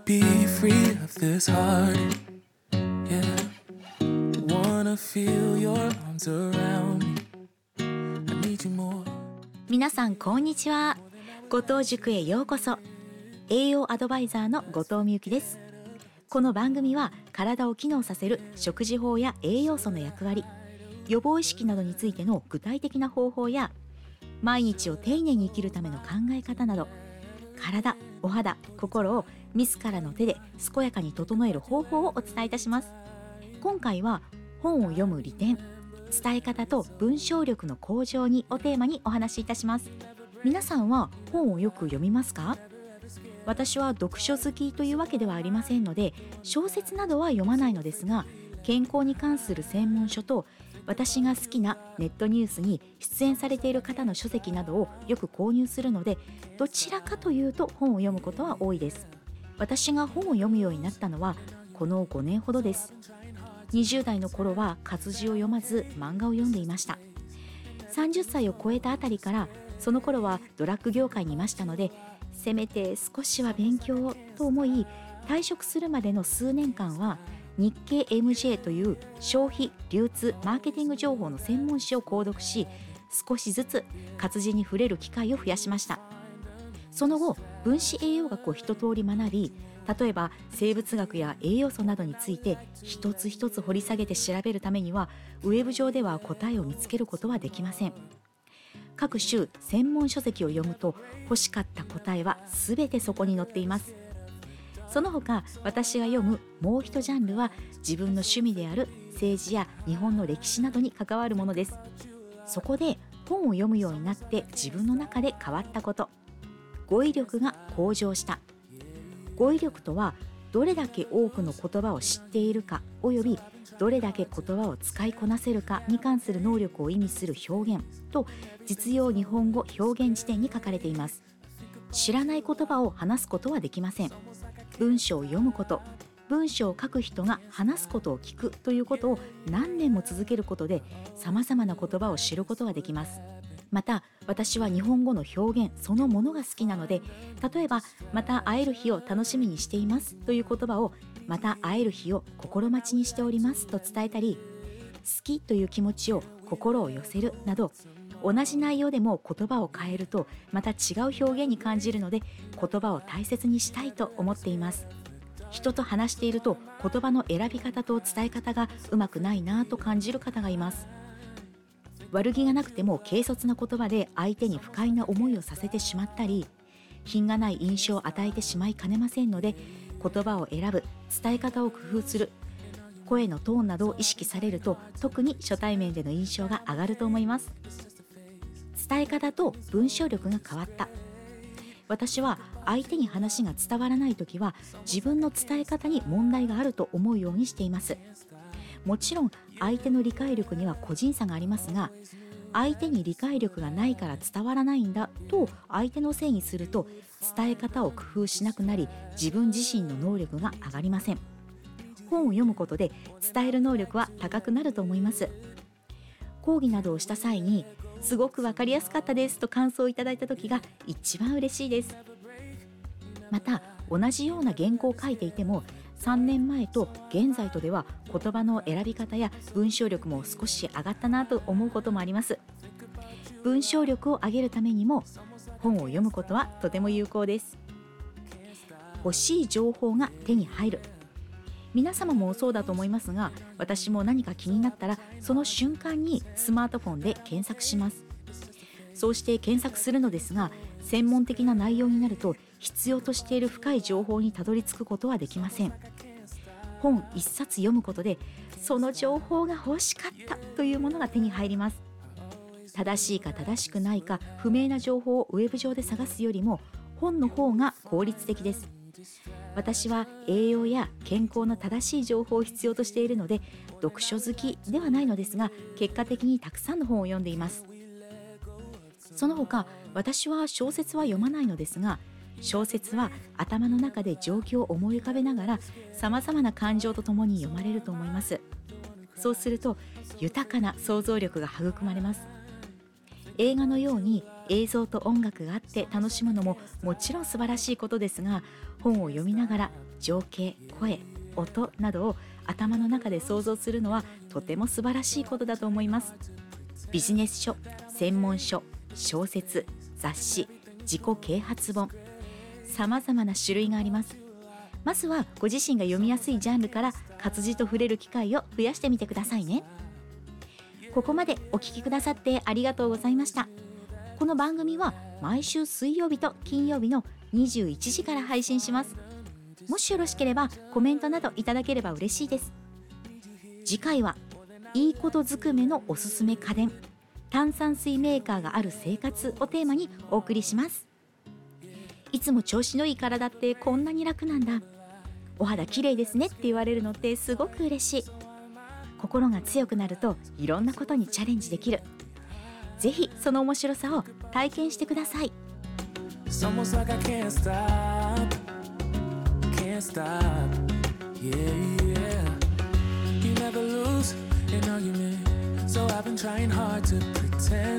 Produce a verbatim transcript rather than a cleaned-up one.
be free of this heart. Yeah, wanna feel your arms around me. I need you more. 皆さんこんにちは。後藤塾へようこそ。栄養アドバイザーの後藤美由紀です。この番組は体を機能させる食事法や栄養素の役割、予防意識などについての具体的な方法や、毎日を丁寧に生きるための考え方など、体、お肌、心を自らの手で健やかに整える方法をお伝えいたします。今回は本を読む利点、伝え方と文章力の向上にをテーマにお話しいたします。皆さんは本をよく読みますか？私は読書好きというわけではありませんので、小説などは読まないのですが、健康に関する専門書と私が好きなネットニュースに出演されている方の書籍などをよく購入するので、どちらかというと本を読むことは多いです。私が本を読むようになったのはこのごねんほどです。にじゅう代の頃は活字を読まず漫画を読んでいました。さんじゅっさいを超えたあたりから、その頃はドラッグ業界にいましたので、せめて少しは勉強をと思い、退職するまでの数年間は日経 エムジェー という消費・流通・マーケティング情報の専門誌を購読し、少しずつ活字に触れる機会を増やしました。その後、分子栄養学を一通り学び、例えば生物学や栄養素などについて一つ一つ掘り下げて調べるためには、ウェブ上では答えを見つけることはできません。各種専門書籍を読むと、欲しかった答えはすべてそこに載っています。その他、私が読むもう一ジャンルは自分の趣味である政治や日本の歴史などに関わるものです。そこで本を読むようになって自分の中で変わったこと、語彙力が向上した。語彙力とは、どれだけ多くの言葉を知っているかおよびどれだけ言葉を使いこなせるかに関する能力を意味する表現と、実用日本語表現辞典に書かれています。知らない言葉を話すことはできません。文章を読むこと、文章を書く人が話すことを聞くということを何年も続けることで、様々な言葉を知ることができます。また、私は日本語の表現そのものが好きなので、例えばまた会える日を楽しみにしていますという言葉を、また会える日を心待ちにしておりますと伝えたり、好きという気持ちを心を寄せるなど、同じ内容でも言葉を変えるとまた違う表現に感じるので、言葉を大切にしたいと思っています。人と話していると言葉の選び方と伝え方がうまくないなと感じる方がいます。悪気がなくても軽率な言葉で相手に不快な思いをさせてしまったり、品がない印象を与えてしまいかねませんので、言葉を選ぶ、伝え方を工夫する、声のトーンなどを意識されると、特に初対面での印象が上がると思います。伝え方と文章力が変わった。私は相手に話が伝わらないときは、自分の伝え方に問題があると思うようにしています。もちろん相手の理解力には個人差がありますが、相手に理解力がないから伝わらないんだと相手のせいにすると、伝え方を工夫しなくなり、自分自身の能力が上がりません。本を読むことで伝える能力は高くなると思います。講義などをした際に、すごくわかりやすかったですと感想をいただいた時が一番嬉しいです。また、同じような原稿を書いていても、さんねんまえと現在とでは言葉の選び方や文章力も少し上がったなと思うこともあります。文章力を上げるためにも本を読むことはとても有効です。欲しい情報が手に入る。皆様もそうだと思いますが、私も何か気になったらその瞬間にスマートフォンで検索します。そうして検索するのですが、専門的な内容になると必要としている深い情報にたどり着くことはできません。本一冊読むことで、その情報が欲しかったというものが手に入ります。正しいか正しくないか不明な情報をウェブ上で探すよりも、本の方が効率的です。私は栄養や健康の正しい情報を必要としているので、読書好きではないのですが、結果的にたくさんの本を読んでいます。その他、私は小説は読まないのですが、小説は頭の中で状況を思い浮かべながら、さまざまな感情とともに読まれると思います。そうすると豊かな想像力が育まれます。映画のように映像と音楽があって楽しむのももちろん素晴らしいことですが、本を読みながら情景、声、音などを頭の中で想像するのはとても素晴らしいことだと思います。ビジネス書、専門書、小説、雑誌、自己啓発本、さまざまな種類があります。まずはご自身が読みやすいジャンルから活字と触れる機会を増やしてみてくださいね。ここまでお聞きくださってありがとうございました。この番組は毎週水曜日と金曜日のにじゅういちじから配信します。もしよろしければコメントなどいただければ嬉しいです。次回はいいことずくめのおすすめ家電、炭酸水メーカーがある生活をテーマにお送りします。いつも調子のいい体ってこんなに楽なんだ、お肌綺麗ですねって言われるのってすごく嬉しい。心が強くなるといろんなことにチャレンジできる。ぜひその面白さを体験してください。 It's almost like I can't stop, can't stop. Yeah, yeah. You never lose an argument, so I've been trying hard to pretend